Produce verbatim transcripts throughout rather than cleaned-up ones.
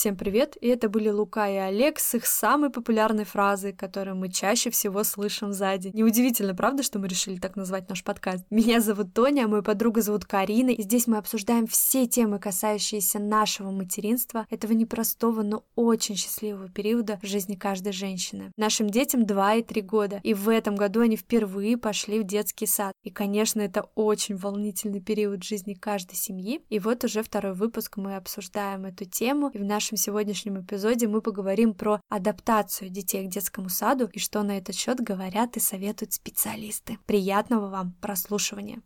Всем привет, и это были Лука и Олег с их самой популярной фразой, которую мы чаще всего слышим за день. Неудивительно, правда, что мы решили так назвать наш подкаст? Меня зовут Тоня, а мою подругу зовут Карина, и здесь мы обсуждаем все темы, касающиеся нашего материнства, этого непростого, но очень счастливого периода в жизни каждой женщины. Нашим детям два и три года, и в этом году они впервые пошли в детский сад. И, конечно, это очень волнительный период в жизни каждой семьи, и вот уже второй выпуск мы обсуждаем эту тему, и в нашем В нашем сегодняшнем эпизоде мы поговорим про адаптацию детей к детскому саду и что на этот счет говорят и советуют специалисты. Приятного вам прослушивания!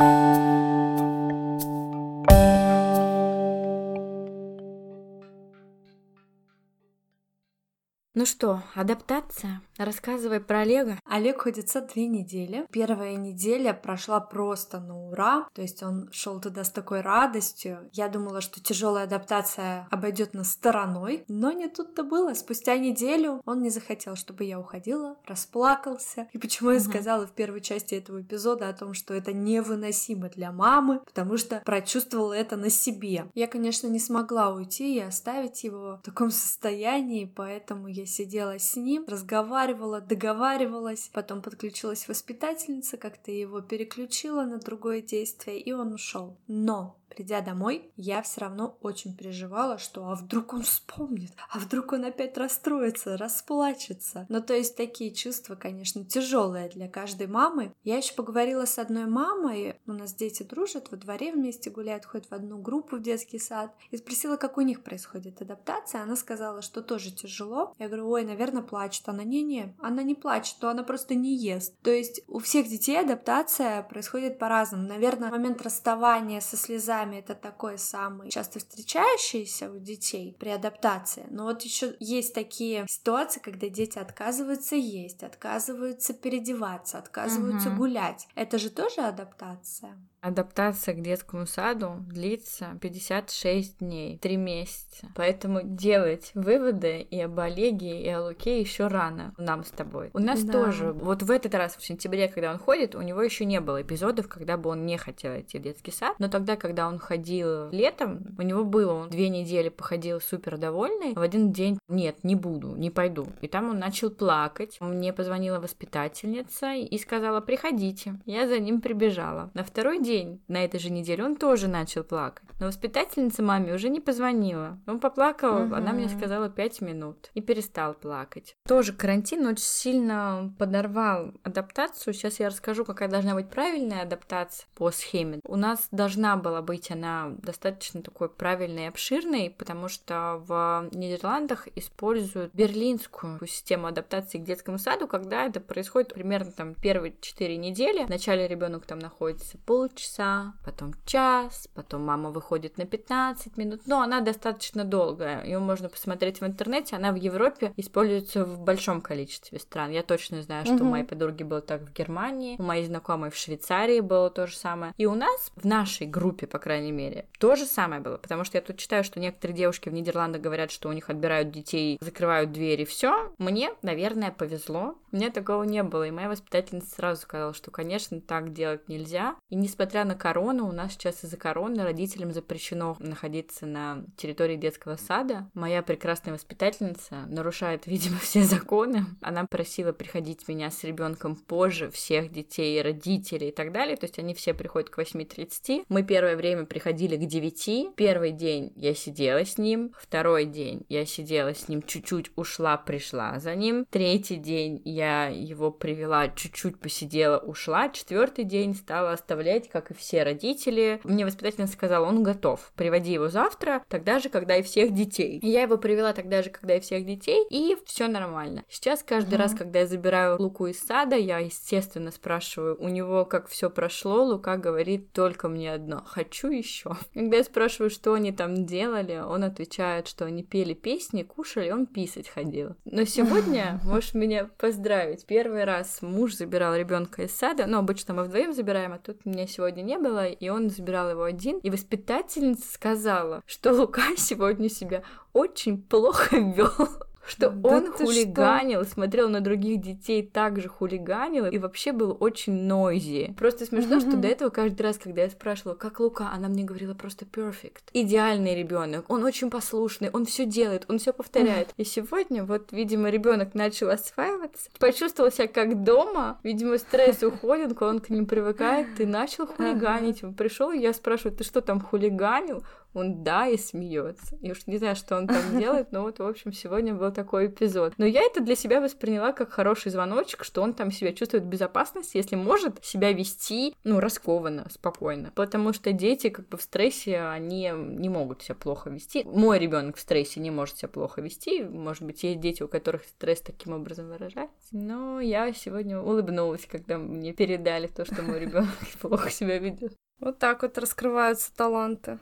Ну что, адаптация? Рассказывай про Олега. Олег ходит в сад две недели. Первая неделя прошла просто на ура. То есть он шел туда с такой радостью. Я думала, что тяжелая адаптация обойдет нас стороной, но не тут-то было. Спустя неделю он не захотел, чтобы я уходила, расплакался. И почему я сказала в первой части этого эпизода о том, что это невыносимо для мамы, потому что прочувствовала это на себе. Я, конечно, не смогла уйти и оставить его в таком состоянии, поэтому я сидела с ним, разговаривала, договаривалась, потом подключилась воспитательница, как-то его переключила на другое действие, и он ушел. Но придя домой, я все равно очень переживала, что а вдруг он вспомнит, а вдруг он опять расстроится, расплачется. Ну, то есть такие чувства, конечно, тяжелые для каждой мамы. Я еще поговорила с одной мамой, у нас дети дружат, во дворе вместе гуляют, ходят в одну группу в детский сад, и спросила, как у них происходит адаптация. Она сказала, что тоже тяжело. Я говорю, ой, наверное, плачет. Она, не-не, она не плачет, то она просто не ест. То есть у всех детей адаптация происходит по-разному. Наверное, момент расставания со слезами это такой самый часто встречающийся у детей при адаптации. Но вот еще есть такие ситуации, когда дети отказываются есть, отказываются переодеваться, отказываются угу. гулять. Это же тоже адаптация? Адаптация к детскому саду длится пятьдесят шесть дней, три месяца. Поэтому делать выводы и об Олеге, и о Луке еще рано нам с тобой. У нас да. тоже, вот в этот раз, в сентябре, когда он ходит, у него еще не было эпизодов, когда бы он не хотел идти в детский сад. Но тогда, когда он ходил летом, у него было, он две недели походил супер довольный, а в один день нет, не буду, не пойду. И там он начал плакать. Мне позвонила воспитательница и сказала, приходите. Я за ним прибежала. На второй день день на этой же неделе он тоже начал плакать. Но воспитательница маме уже не позвонила. Он поплакал, угу. она мне сказала пять минут и перестал плакать. Тоже карантин очень сильно подорвал адаптацию. Сейчас я расскажу, какая должна быть правильная адаптация по схеме. У нас должна была быть она достаточно такой правильной и обширной, потому что в Нидерландах используют берлинскую систему адаптации к детскому саду, когда это происходит примерно там первые четыре недели. Вначале ребенок там находится полчаса, часа, потом час, потом мама выходит на пятнадцать минут, но она достаточно долгая, ее можно посмотреть в интернете, она в Европе используется в большом количестве стран. Я точно знаю, что mm-hmm. у моей подруги было так в Германии, у моей знакомой в Швейцарии было то же самое, и у нас в нашей группе, по крайней мере, то же самое было, потому что я тут читаю, что некоторые девушки в Нидерландах говорят, что у них отбирают детей, закрывают двери, все. Мне, наверное, повезло, мне такого не было, и моя воспитательница сразу сказала, что, конечно, так делать нельзя, и несмотря Несмотря на корону, у нас сейчас из-за короны родителям запрещено находиться на территории детского сада. Моя прекрасная воспитательница нарушает, видимо, все законы. Она просила приходить меня с ребенком позже всех детей, родителей и так далее. То есть они все приходят к восьми тридцати. Мы первое время приходили к девяти. Первый день я сидела с ним. Второй день я сидела с ним, чуть-чуть ушла, пришла за ним. Третий день я его привела, чуть-чуть посидела, ушла. Четвертый день стала оставлять, как и все родители. Мне воспитательница сказала, он готов. Приводи его завтра, тогда же, когда и всех детей. И я его привела тогда же, когда и всех детей, и все нормально. Сейчас каждый mm-hmm. раз, когда я забираю Луку из сада, я, естественно, спрашиваю у него, как все прошло. Лука говорит только мне одно: хочу еще. Когда я спрашиваю, что они там делали, он отвечает, что они пели песни, кушали, он писать ходил. Но сегодня можешь меня поздравить. Первый раз муж забирал ребенка из сада, ну, обычно мы вдвоем забираем, а тут меня сегодня не было, и он забирал его один, и воспитательница сказала, что Лука сегодня себя очень плохо вел. что Да он ты хулиганил, что? смотрел на других детей, также хулиганил и вообще был очень нойзи. Просто смешно, что до этого каждый раз, когда я спрашивала, как Лука, она мне говорила просто perfect. Идеальный ребенок, он очень послушный, он все делает, он все повторяет. И сегодня вот, видимо, ребенок начал осваиваться, почувствовал себя как дома, видимо, стресс уходит, он к ним привыкает, и начал хулиганить. Пришел, я спрашиваю, ты что там хулиганил? Он да, и смеется. И уж не знаю, что он там делает, но вот, в общем, сегодня был такой эпизод. Но я это для себя восприняла как хороший звоночек, что он там себя чувствует в безопасности, если может себя вести, ну, раскованно, спокойно. Потому что дети как бы в стрессе, они не могут себя плохо вести. Мой ребенок в стрессе не может себя плохо вести. Может быть, есть дети, у которых стресс таким образом выражается. Но я сегодня улыбнулась, когда мне передали то, что мой ребенок плохо себя ведет. Вот так вот раскрываются таланты.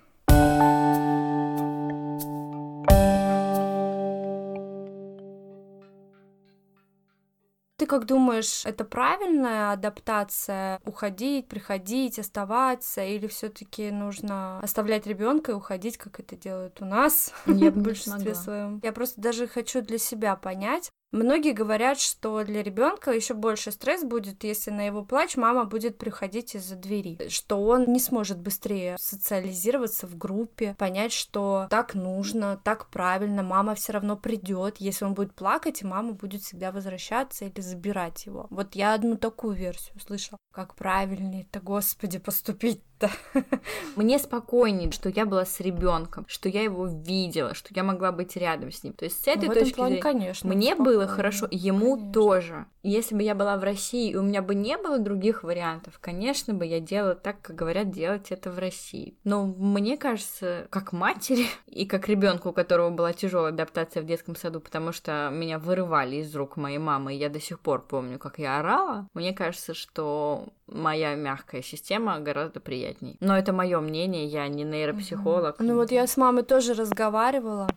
Ты как думаешь, это правильная адаптация? Уходить, приходить, оставаться, или все-таки нужно оставлять ребенка и уходить, как это делают у нас Я в большинстве своем? Я просто даже хочу для себя понять. Многие говорят, что для ребенка еще больше стресс будет, если на его плач мама будет приходить из-за двери, что он не сможет быстрее социализироваться в группе, понять, что так нужно, так правильно, мама все равно придет, если он будет плакать, и мама будет всегда возвращаться или забирать его. Вот я одну такую версию слышала. Как правильнее-то, Господи, поступить-то? Мне спокойнее, что я была с ребенком, что я его видела, что я могла быть рядом с ним. То есть с этой ну, точки плане, зрения, конечно, мне спокойно. было хорошо, ему конечно. тоже. Если бы я была в России, и у меня бы не было других вариантов, конечно бы я делала так, как говорят делать это в России. Но мне кажется, как матери и как ребенку, у которого была тяжелая адаптация в детском саду, потому что меня вырывали из рук моей мамы, и я до сих пор помню, как я орала, мне кажется, что моя мягкая система гораздо приятней. Но это мое мнение, я не нейропсихолог. Ну вот я с мамой тоже разговаривала.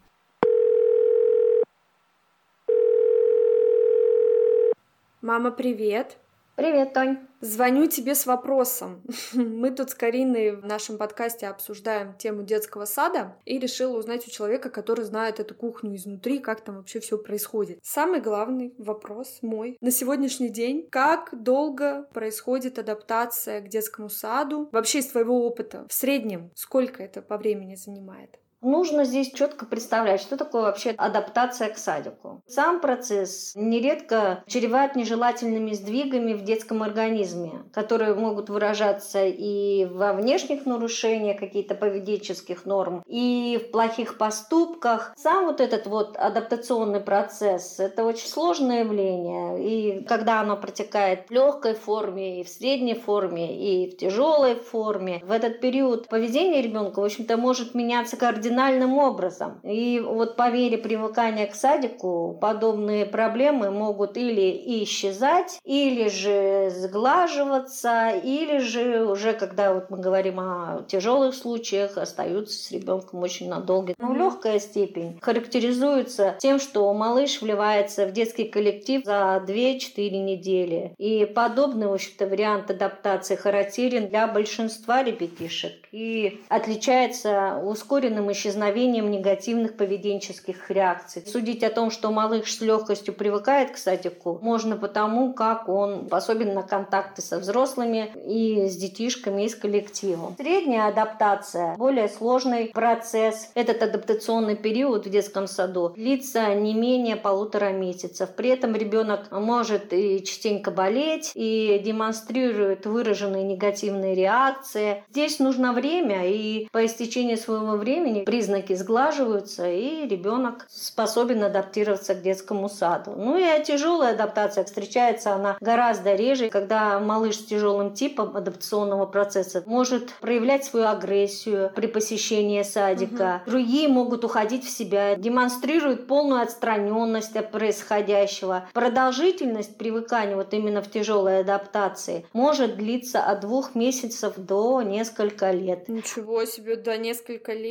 Мама, привет. Привет, Тонь. Звоню тебе с вопросом. Мы тут с Кариной в нашем подкасте обсуждаем тему детского сада и решила узнать у человека, который знает эту кухню изнутри, как там вообще все происходит. Самый главный вопрос мой на сегодняшний день: как долго происходит адаптация к детскому саду? Вообще из твоего опыта в среднем сколько это по времени занимает? Нужно здесь четко представлять, что такое вообще адаптация к садику. Сам процесс нередко чреват нежелательными сдвигами в детском организме, которые могут выражаться и во внешних нарушениях каких-то поведенческих норм, и в плохих поступках. Сам вот этот вот адаптационный процесс – это очень сложное явление. И когда оно протекает в легкой форме, и в средней форме, и в тяжелой форме, в этот период поведение ребенка, в общем-то, может меняться кардинально. Кардинальным образом. И вот по мере привыкания к садику подобные проблемы могут или исчезать, или же сглаживаться, или же уже, когда вот мы говорим о тяжелых случаях, остаются с ребенком очень надолго. Но легкая степень характеризуется тем, что малыш вливается в детский коллектив за две-четыре недели. И подобный, в общем-то, вариант адаптации характерен для большинства ребятишек и отличается ускоренным исчезновением негативных поведенческих реакций. Судить о том, что малыш с легкостью привыкает к садику, можно потому, как он способен на контакты со взрослыми и с детишками, и с коллективом. Средняя адаптация – более сложный процесс. Этот адаптационный период в детском саду длится не менее полутора месяцев. При этом ребенок может и частенько болеть, и демонстрирует выраженные негативные реакции. Здесь нужно время, и по истечении своего времени признаки сглаживаются, и ребенок способен адаптироваться к детскому саду. Ну и тяжелая адаптация встречается она гораздо реже, когда малыш с тяжелым типом адаптационного процесса может проявлять свою агрессию при посещении садика. Угу. Другие могут уходить в себя, демонстрируют полную отстраненность от происходящего. Продолжительность привыкания вот именно в тяжелой адаптации может длиться от двух месяцев до нескольких лет. Ничего себе, до нескольких лет?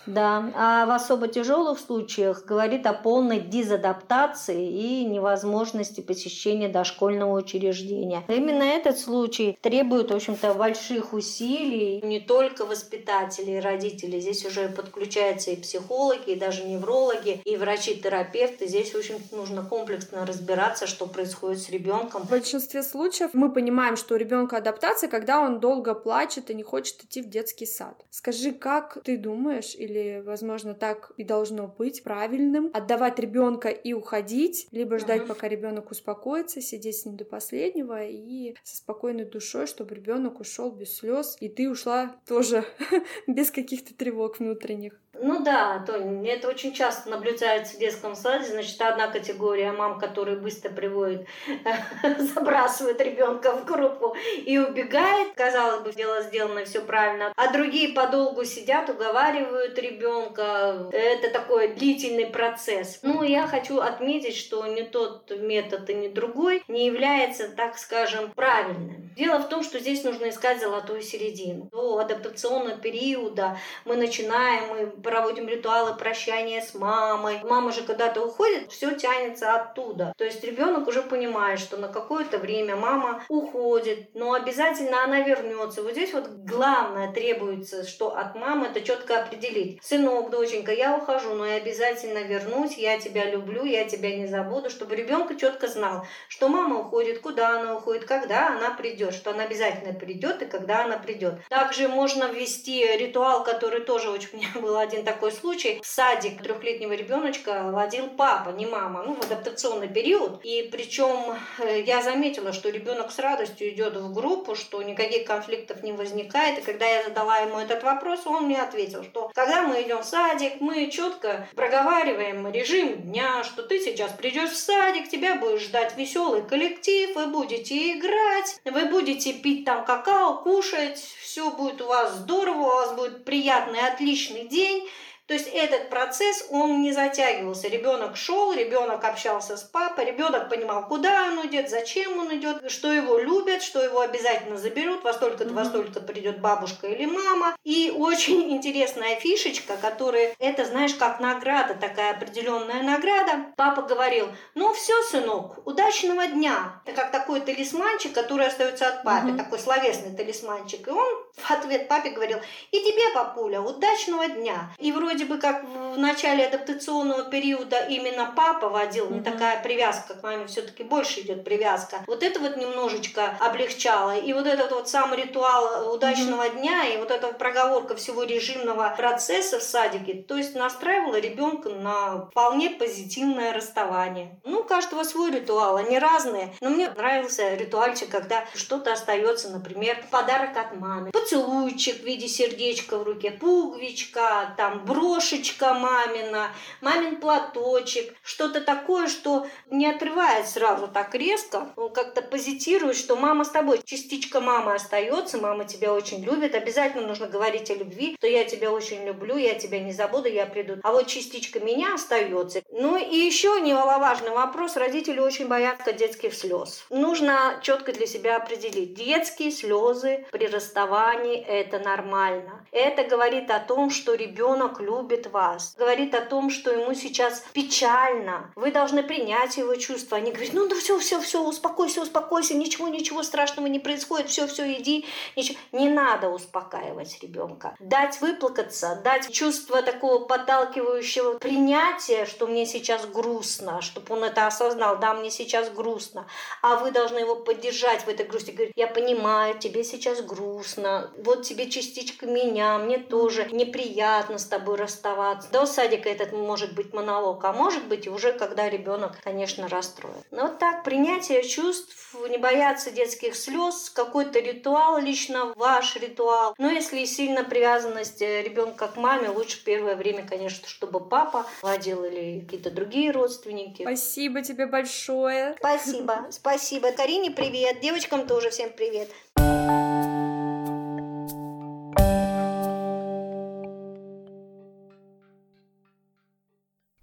Да, а в особо тяжелых случаях говорит о полной дезадаптации и невозможности посещения дошкольного учреждения. Именно этот случай требует, в общем-то, больших усилий не только воспитателей и родителей. Здесь уже подключаются и психологи, и даже неврологи, и врачи-терапевты. Здесь, в общем, нужно комплексно разбираться, что происходит с ребенком. В большинстве случаев мы понимаем, что у ребенка адаптация, когда он долго плачет и не хочет идти в детский сад. Скажи, как ты думаешь, или, возможно, так и должно быть правильным, отдавать ребенка и уходить, либо ждать, uh-huh. пока ребенок успокоится, сидеть с ним до последнего и со спокойной душой, чтобы ребенок ушел без слез, и ты ушла тоже без каких-то тревог внутренних? Ну да, Тонь, это очень часто наблюдается в детском саде. Значит, одна категория мам, которые быстро приводят, забрасывают ребенка в группу и убегает. Казалось бы, дело сделано, все правильно. А другие подолгу сидят, уговаривают ребенка. Это такой длительный процесс. Ну, я хочу отметить, что ни тот метод и ни другой не является, так скажем, правильным. Дело в том, что здесь нужно искать золотую середину. До адаптационного периода мы начинаем, мы проводим ритуалы прощания с мамой. Мама же когда-то уходит, все тянется оттуда. То есть ребенок уже понимает, что на какое-то время мама уходит, но обязательно она вернется. Вот здесь вот главное требуется, что от мамы это четко определить. Сынок, доченька, я ухожу, но я обязательно вернусь, я тебя люблю, я тебя не забуду, чтобы ребенок четко знал, что мама уходит, куда она уходит, когда она придет, что она обязательно придет и когда она придет. Также можно ввести ритуал, который тоже очень у меня был один такой случай. В садик трехлетнего ребеночка водил папа, не мама, ну, в адаптационный период. И причем я заметила, что ребенок с радостью идет в группу, что никаких конфликтов не возникает. И когда я задала ему этот вопрос, он мне ответил, что когда мы идем в садик, мы четко проговариваем режим дня, что ты сейчас придешь в садик, тебя будет ждать веселый коллектив, вы будете играть, вы будете пить там какао, кушать, все будет у вас здорово, у вас будет приятный, отличный день. То есть этот процесс, он не затягивался. Ребенок шел, ребенок общался с папой, ребенок понимал, куда он идет, зачем он идет, что его любят, что его обязательно заберут, во столько-то, mm-hmm. во столько-то придет бабушка или мама. И очень интересная фишечка, которая, это, знаешь, как награда, такая определенная награда. Папа говорил, ну все, сынок, удачного дня. Это как такой талисманчик, который остается от папы, mm-hmm. такой словесный талисманчик. И он в ответ папе говорил, и тебе, папуля, удачного дня. И вроде Вроде бы как в начале адаптационного периода именно папа водил, не mm-hmm. такая привязка к маме, все-таки больше идет привязка. Вот это вот немножечко облегчало. И вот этот вот сам ритуал удачного mm-hmm. дня и вот эта проговорка всего режимного процесса в садике, то есть настраивала ребенка на вполне позитивное расставание. Ну, у каждого свой ритуал, они разные. Но мне нравился ритуальчик, когда что-то остается, например, подарок от мамы, поцелуйчик в виде сердечка в руке, пуговичка, там брошь, брошечка мамина, мамин платочек, что-то такое, что не отрывает сразу так резко, он как-то позитирует, что мама с тобой, частичка мамы остается, мама тебя очень любит, обязательно нужно говорить о любви, что я тебя очень люблю, я тебя не забуду, я приду. А вот частичка меня остается. Ну и еще немаловажный вопрос, родители очень боятся детских слез. Нужно четко для себя определить, детские слезы при расставании это нормально. Это говорит о том, что ребенок любит вас, говорит о том, что ему сейчас печально, вы должны принять его чувства. Они говорят, ну да все, все, все, успокойся, успокойся, ничего, ничего страшного не происходит, все, все, иди. Ничего. Не надо успокаивать ребенка. Дать выплакаться, дать чувство такого подталкивающего принятия, что мне сейчас грустно, чтобы он это осознал, да, мне сейчас грустно, а вы должны его поддержать в этой грусти, говорить, я понимаю, тебе сейчас грустно, вот тебе частичка меня, мне тоже неприятно с тобой расставаться. До садика этот может быть монолог, а может быть и уже когда ребенок, конечно, расстроен. Но вот так, принятие чувств, не бояться детских слез, какой-то ритуал, лично ваш ритуал. Но если сильно привязанность ребенка к маме, лучше первое время, конечно, чтобы папа водил или какие-то другие родственники. Спасибо тебе большое. Спасибо, спасибо. Карине привет, девочкам тоже всем привет.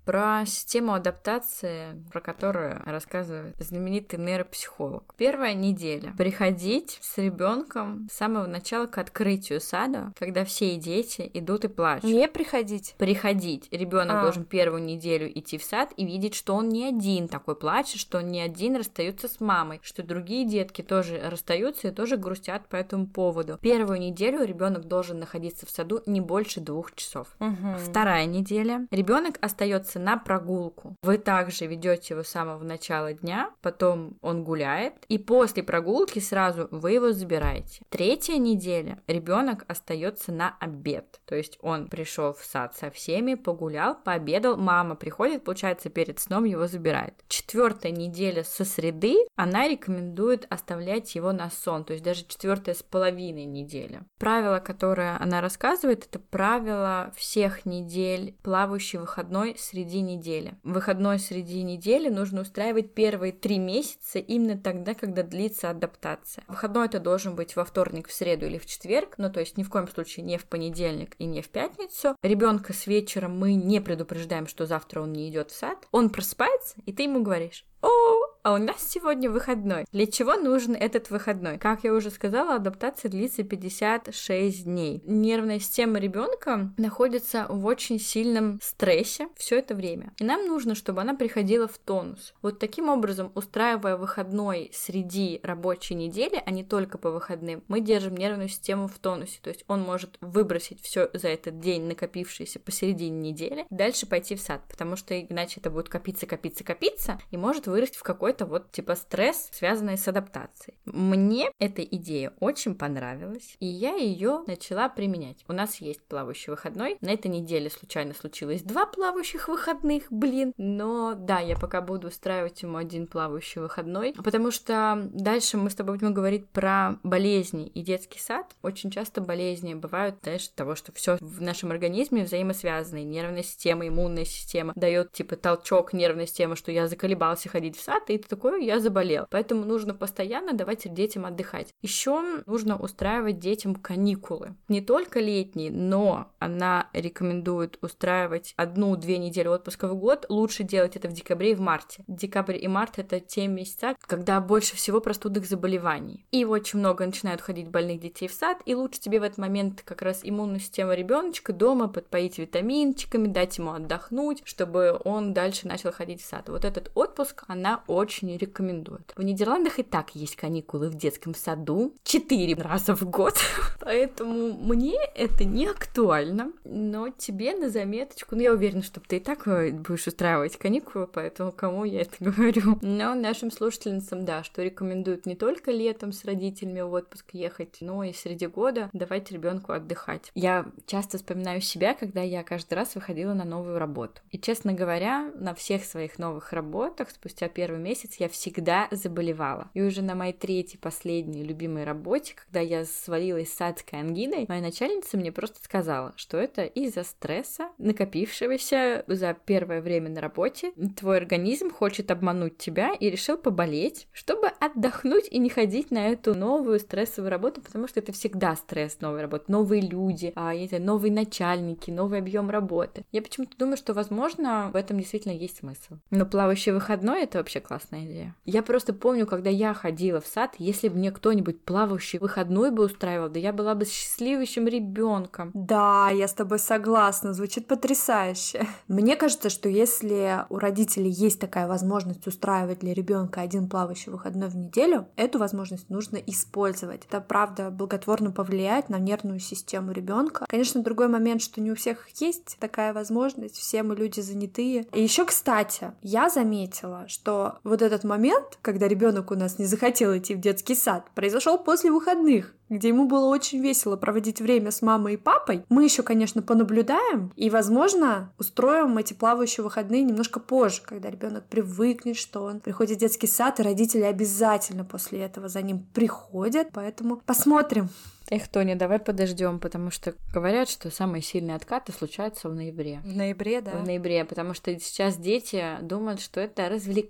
про систему адаптации, про которую рассказывает знаменитый нейропсихолог. Первая неделя. Приходить с ребенком с самого начала к открытию сада, когда все дети идут и плачут. Не приходить. Приходить. Ребенок А. должен первую неделю идти в сад и видеть, что он не один такой плачет, что он не один расстается с мамой, что другие детки тоже расстаются и тоже грустят по этому поводу. Первую неделю ребенок должен находиться в саду не больше двух часов. Угу. Вторая неделя. Ребенок остается на прогулку. Вы также ведете его с самого начала дня, потом он гуляет, и после прогулки сразу вы его забираете. Третья неделя. Ребенок остается на обед. То есть он пришел в сад со всеми, погулял, пообедал, мама приходит, получается, перед сном его забирает. Четвертая неделя со среды, она рекомендует оставлять его на сон, то есть даже четвертая с половиной неделя. Правило, которое она рассказывает, это правило всех недель плавающий выходной среди недели. Выходной среди недели нужно устраивать первые три месяца именно тогда, когда длится адаптация. Выходной это должен быть во вторник, в среду или в четверг, ну то есть ни в коем случае не в понедельник и не в пятницу. Ребенка с вечера мы не предупреждаем, что завтра он не идет в сад. Он просыпается, и ты ему говоришь: «О, а у нас сегодня выходной». Для чего нужен этот выходной? Как я уже сказала, адаптация длится пятьдесят шесть дней. Нервная система ребенка находится в очень сильном стрессе все это время. И нам нужно, чтобы она приходила в тонус. Вот таким образом, устраивая выходной среди рабочей недели, а не только по выходным, мы держим нервную систему в тонусе. То есть он может выбросить все за этот день, накопившееся посередине недели, дальше пойти в сад, потому что иначе это будет копиться, копиться, копиться, и может вырасти в какой-то вот типа стресс, связанный с адаптацией. Мне эта идея очень понравилась, и я ее начала применять. У нас есть плавающий выходной. На этой неделе случайно случилось два плавающих выходных, блин. Но да, я пока буду устраивать ему один плавающий выходной, потому что дальше мы с тобой будем говорить про болезни и детский сад. Очень часто болезни бывают, знаешь, от того, что все в нашем организме взаимосвязано. И нервная система, иммунная система дает типа толчок нервной системы, что я заколебался ходить в сад, и ты такой: я заболел. Поэтому нужно постоянно давать детям отдыхать. Еще нужно устраивать детям каникулы. Не только летние, но она рекомендует устраивать одну-две недели отпуска в год. Лучше делать это в декабре и в марте. Декабрь и март — это те месяца, когда больше всего простудных заболеваний. И очень много начинают ходить больных детей в сад, и лучше тебе в этот момент как раз иммунную систему ребеночка дома подпоить витаминчиками, дать ему отдохнуть, чтобы он дальше начал ходить в сад. Вот этот отпуск она очень рекомендует. В Нидерландах и так есть каникулы в детском саду четыре раза в год, поэтому мне это не актуально, но тебе на заметочку, ну я уверена, что ты и так будешь устраивать каникулы, поэтому кому я это говорю. Но нашим слушательницам, да, что рекомендуют не только летом с родителями в отпуск ехать, но и среди года давать ребенку отдыхать. Я часто вспоминаю себя, когда я каждый раз выходила на новую работу. И, честно говоря, на всех своих новых работах спустя первый месяц я всегда заболевала. И уже на моей третьей, последней любимой работе, когда я свалилась с адской ангиной, моя начальница мне просто сказала, что это из-за стресса, накопившегося за первое время на работе. Твой организм хочет обмануть тебя и решил поболеть, чтобы отдохнуть и не ходить на эту новую стрессовую работу, потому что это всегда стресс новой работы, новые люди, а, это новые начальники, новый объем работы. Я почему-то думаю, что, возможно, в этом действительно есть смысл. Но плавающий выходной — это вообще классная идея. Я просто помню, когда я ходила в сад, если бы мне кто-нибудь плавающий выходной бы устраивал, да я была бы счастливейшим ребенком. Да, я с тобой согласна, звучит потрясающе. Мне кажется, что если у родителей есть такая возможность устраивать для ребенка один плавающий выходной в неделю, эту возможность нужно использовать. Это, правда, благотворно повлияет на нервную систему ребенка. Конечно, другой момент, что не у всех есть такая возможность, все мы люди занятые. И еще, кстати, я заметила, что вот этот момент, когда ребенок у нас не захотел идти в детский сад, произошел после выходных, где ему было очень весело проводить время с мамой и папой. Мы еще, конечно, понаблюдаем и, возможно, устроим эти плавающие выходные немножко позже, когда ребенок привыкнет, что он приходит в детский сад, и родители обязательно после этого за ним приходят, поэтому посмотрим. Эх, Тоня, давай подождем, потому что говорят, что самые сильные откаты случаются в ноябре. В ноябре, да? В ноябре, потому что сейчас дети думают, что это развлекалово.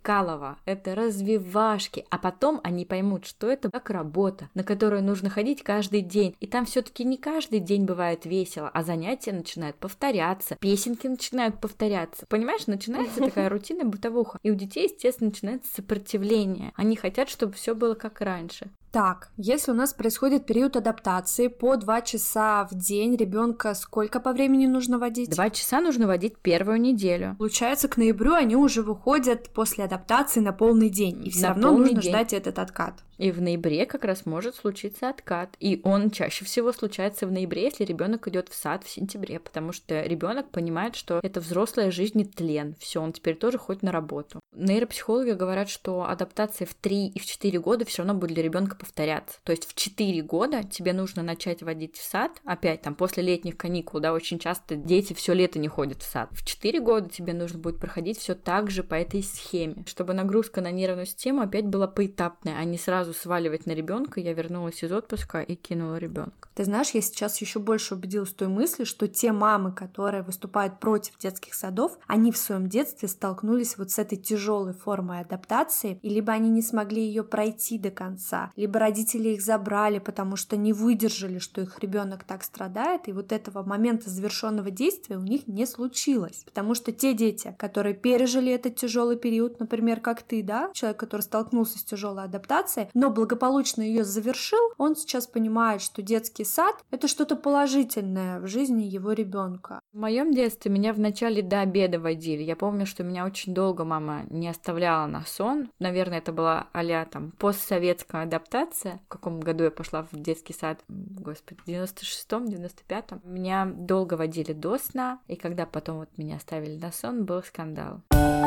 бытовуха, это развивашки, а потом они поймут, что это как работа, на которую нужно ходить каждый день, и там все-таки не каждый день бывает весело, а занятия начинают повторяться, песенки начинают повторяться, понимаешь, начинается такая рутина бытовуха, и у детей, естественно, начинается сопротивление, они хотят, чтобы все было как раньше. Так, если у нас происходит период адаптации по два часа в день, ребенка сколько по времени нужно водить? Два часа нужно водить первую неделю. Получается, к ноябрю они уже выходят после адаптации на полный день, и все равно нужно день. ждать этот откат. И в ноябре как раз может случиться откат. И он чаще всего случается в ноябре, если ребенок идет в сад в сентябре, потому что ребенок понимает, что это взрослая жизнь и тлен. Все, он теперь тоже ходит на работу. Нейропсихологи говорят, что адаптация в три и в четыре года все равно будет для ребенка повторяться. То есть в четыре года тебе нужно начать водить в сад, опять там после летних каникул, да, очень часто дети все лето не ходят в сад. В четыре года тебе нужно будет проходить все так же по этой схеме, чтобы нагрузка на нервную систему опять была поэтапная, а не сразу сваливать на ребенка. Я вернулась из отпуска и кинула ребенка. Ты знаешь, я сейчас еще больше убедилась в той мысли, что те мамы, которые выступают против детских садов, они в своем детстве столкнулись вот с этой тяжелой формой адаптации, и либо они не смогли ее пройти до конца, либо родители их забрали, потому что не выдержали, что их ребенок так страдает, и вот этого момента завершенного действия у них не случилось. Потому что те дети, которые пережили этот тяжелый период, например, как ты, да, человек, который столкнулся с тяжелой адаптацией, но благополучно ее завершил, он сейчас понимает, что детский сад — это что-то положительное в жизни его ребенка. В моем детстве меня вначале до обеда водили. Я помню, что меня очень долго мама не оставляла на сон. Наверное, это была а-ля там постсоветская адаптация. В каком году я пошла в детский сад? Господи, в девяносто шестом, девяносто пятом. Меня долго водили до сна, и когда потом вот меня оставили на сон, был скандал.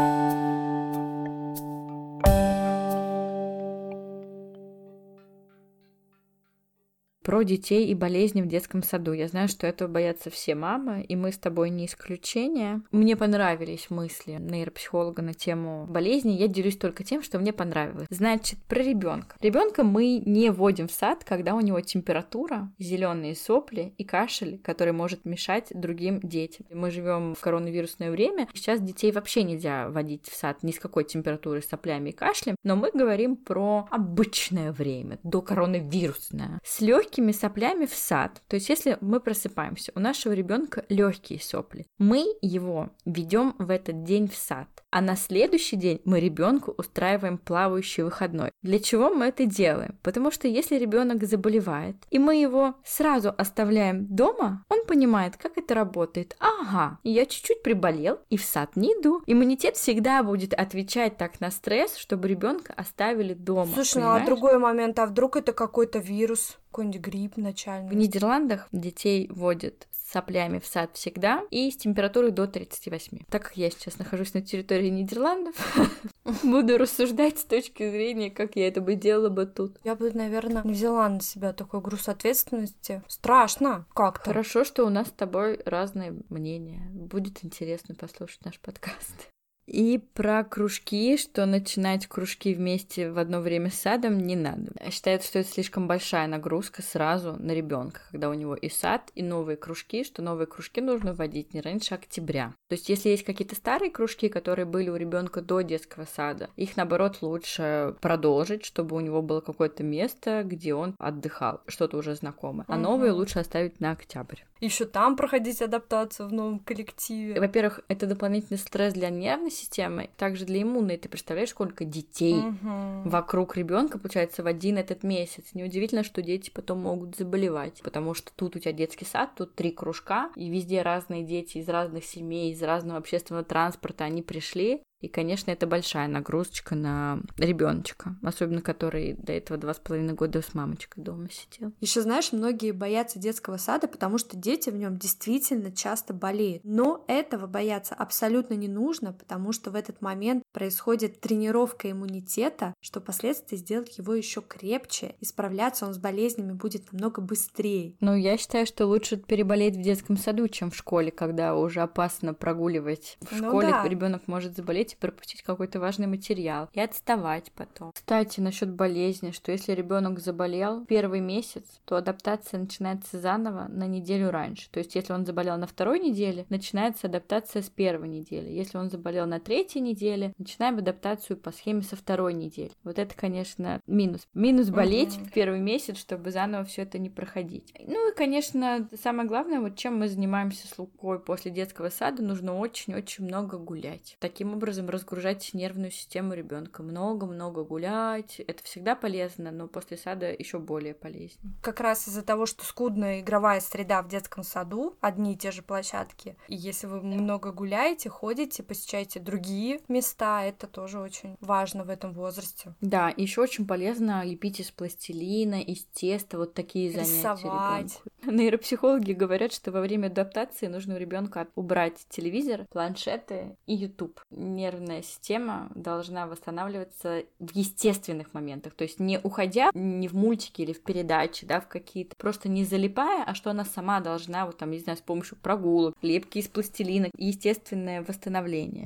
Про детей и болезни в детском саду. Я знаю, что этого боятся все мамы, и мы с тобой не исключение. Мне понравились мысли нейропсихолога на тему болезни. Я делюсь только тем, что мне понравилось. Значит, про ребенка. Ребенка мы не вводим в сад, когда у него температура, зеленые сопли и кашель, который может мешать другим детям. Мы живем в коронавирусное время. Сейчас детей вообще нельзя водить в сад ни с какой температурой, соплями и кашлем, но мы говорим про обычное время, до коронавирусное. С легким соплями в сад. То есть, если мы просыпаемся, у нашего ребенка легкие сопли, мы его ведем в этот день в сад, а на следующий день мы ребенку устраиваем плавающий выходной. Для чего мы это делаем? Потому что если ребенок заболевает, и мы его сразу оставляем дома, он понимает, как это работает. Ага, я чуть-чуть приболел, и в сад не иду. Иммунитет всегда будет отвечать так на стресс, чтобы ребенка оставили дома. Слушай, понимаешь? ну а другой момент, а вдруг это какой-то вирус? Какой-нибудь грипп начальный. В Нидерландах детей водят с соплями в сад всегда и с температурой до тридцати восьми. Так как я сейчас нахожусь на территории Нидерландов, буду рассуждать с точки зрения, как я это бы делала бы тут. Я бы, наверное, не взяла на себя такой груз ответственности. Страшно как-то. Хорошо, что у нас с тобой разные мнения. Будет интересно послушать наш подкаст. И про кружки, что начинать кружки вместе в одно время с садом не надо. Считают, что это слишком большая нагрузка сразу на ребенка, когда у него и сад, и новые кружки, что новые кружки нужно вводить не раньше октября. То есть, если есть какие-то старые кружки, которые были у ребенка до детского сада, их, наоборот, лучше продолжить, чтобы у него было какое-то место, где он отдыхал, что-то уже знакомое. А новые лучше оставить на октябрь. Еще там проходить адаптацию в новом коллективе. Во-первых, это дополнительный стресс для нервной системы, также для иммунной. Ты представляешь, сколько детей угу. вокруг ребенка получается в один этот месяц. Неудивительно, что дети потом могут заболевать, потому что тут у тебя детский сад, тут три кружка, и везде разные дети из разных семей, из разного общественного транспорта, они пришли. И, конечно, это большая нагрузочка на ребеночка, особенно который до этого два с половиной года с мамочкой дома сидел. Еще знаешь, многие боятся детского сада, потому что дети в нем действительно часто болеют. Но этого бояться абсолютно не нужно, потому что в этот момент происходит тренировка иммунитета, что впоследствии сделает его еще крепче, и справляться он с болезнями будет намного быстрее. Ну, я считаю, что лучше переболеть в детском саду, чем в школе, когда уже опасно прогуливать. В ну школе да. ребенок может заболеть забыть, пропустить какой-то важный материал и отставать потом. Кстати, насчет болезни, что если ребенок заболел первый месяц, то адаптация начинается заново на неделю раньше. То есть, если он заболел на второй неделе, начинается адаптация с первой недели. Если он заболел на третьей неделе, начинаем адаптацию по схеме со второй недели. Вот это, конечно, минус. Минус болеть mm-hmm. в первый месяц, чтобы заново все это не проходить. Ну и, конечно, самое главное, вот чем мы занимаемся с Лукой после детского сада, нужно очень-очень много гулять. Таким образом разгружать нервную систему ребенка. Много-много гулять. Это всегда полезно, но после сада еще более полезнее. Как раз из-за того, что скудная игровая среда в детском саду, одни и те же площадки, и если вы много гуляете, ходите, посещаете другие места, это тоже очень важно в этом возрасте. Да, еще очень полезно лепить из пластилина, из теста, вот такие занятия рисовать. Ребенку. Нейропсихологи говорят, что во время адаптации нужно у ребенка убрать телевизор, планшеты и YouTube. Нервная система должна восстанавливаться в естественных моментах, то есть не уходя не в мультики или в передачи, да, в какие-то, просто не залипая, а что она сама должна, вот там, не знаю, с помощью прогулок, лепки из пластилина, естественное восстановление.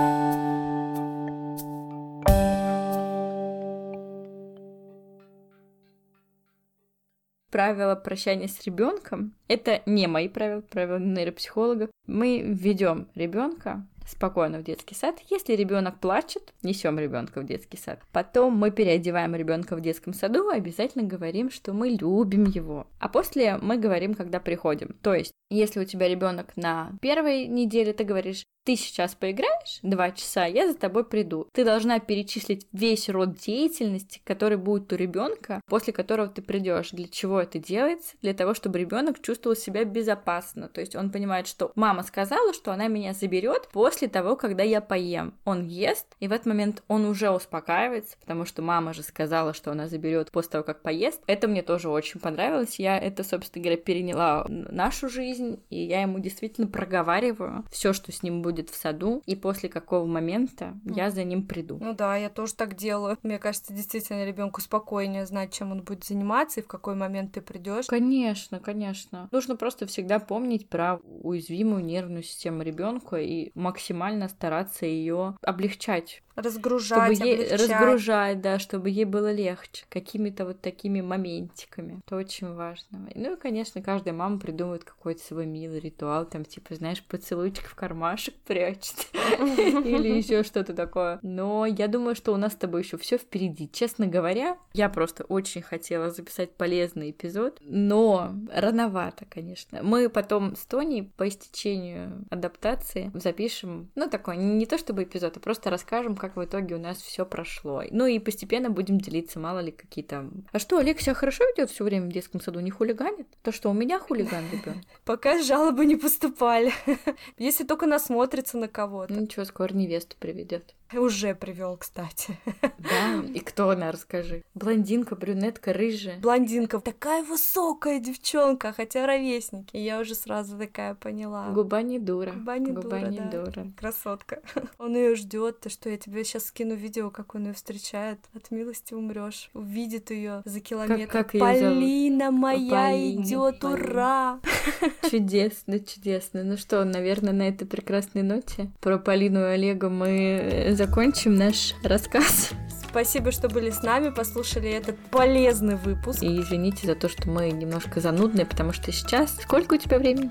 Правила прощания с ребенком — это не мои правила, правила нейропсихолога. Мы ведем ребенка спокойно в детский сад. Если ребенок плачет, несем ребенка в детский сад. Потом мы переодеваем ребенка в детском саду и обязательно говорим, что мы любим его. А после мы говорим, когда приходим. То есть, если у тебя ребенок на первой неделе, ты говоришь: ты сейчас поиграешь два часа, я за тобой приду. Ты должна перечислить весь род деятельности, который будет у ребенка, после которого ты придешь. Для чего это делается? Для того, чтобы ребенок чувствовал себя безопасно. То есть он понимает, что мама сказала, что она меня заберет после того, когда я поем. Он ест, и в этот момент он уже успокаивается, потому что мама же сказала, что она заберет после того, как поест. Это мне тоже очень понравилось. Я это, собственно говоря, переняла в нашу жизнь, и я ему действительно проговариваю все, что с ним будет в саду, и после какого момента я за ним приду. Ну да, я тоже так делаю. Мне кажется, действительно ребенку спокойнее знать, чем он будет заниматься и в какой момент ты придешь. Конечно, конечно. Нужно просто всегда помнить про уязвимую нервную систему ребенка и максимально стараться ее облегчать. Разгружать, чтобы ей, облегчать. разгружать, да, чтобы ей было легче. Какими-то вот такими моментиками. Это очень важно. Ну и, конечно, каждая мама придумывает какой-то свой милый ритуал. Там, типа, знаешь, поцелуйчик в кармашек прячет. Или еще что-то такое. Но я думаю, что у нас с тобой еще все впереди. Честно говоря, я просто очень хотела записать полезный эпизод, но рановато, конечно. Мы потом с Тоней по истечению адаптации запишем, ну, такой, не то чтобы эпизод, а просто расскажем, как в итоге у нас все прошло. Ну и постепенно будем делиться, мало ли какие-то... А что, Олег себя хорошо ведет все время в детском саду, не хулиганит? То, что у меня хулиган ребенок. Пока жалобы не поступали. Если только насмотрится на кого-то. Ничего, скоро невесту приведет. Уже привел, кстати. Да? И кто она, расскажи. Блондинка, брюнетка, рыжая. Блондинка. Такая высокая девчонка, хотя ровесники. И я уже сразу такая поняла. Губа не дура. Губа не Губа дура, не да. дура. Красотка. Он ее ждет. Ты что, я тебе сейчас скину видео, как он ее встречает. От милости умрешь. Увидит ее за километр. Как, как Полина зовут? моя Полина, идет, Полина. Ура! Чудесно, чудесно. Ну что, наверное, на этой прекрасной ноте про Полину и Олега мы закончим наш рассказ. Спасибо, что были с нами, послушали этот полезный выпуск. И извините за то, что мы немножко занудные, потому что сейчас... Сколько у тебя времени?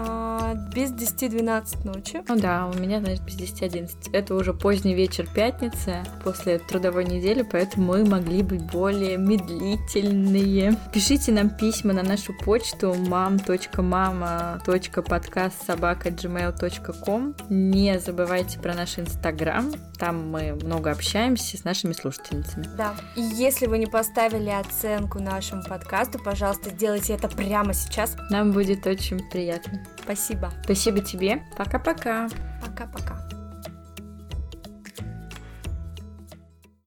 А, без десяти двенадцать ночи. Ну да, у меня, значит, без десяти одиннадцать. Это уже поздний вечер пятницы, после трудовой недели, поэтому мы могли быть более медлительные. Пишите нам письма на нашу почту мам точка мама точка подкаст собака джимейл точка ком. Не забывайте про наш инстаграм, там мы много общаемся с нашими слушательницами. Да. И если вы не поставили оценку нашему подкасту, пожалуйста, сделайте это прямо сейчас. Нам будет очень приятно. Спасибо. Спасибо тебе. Пока-пока. Пока-пока.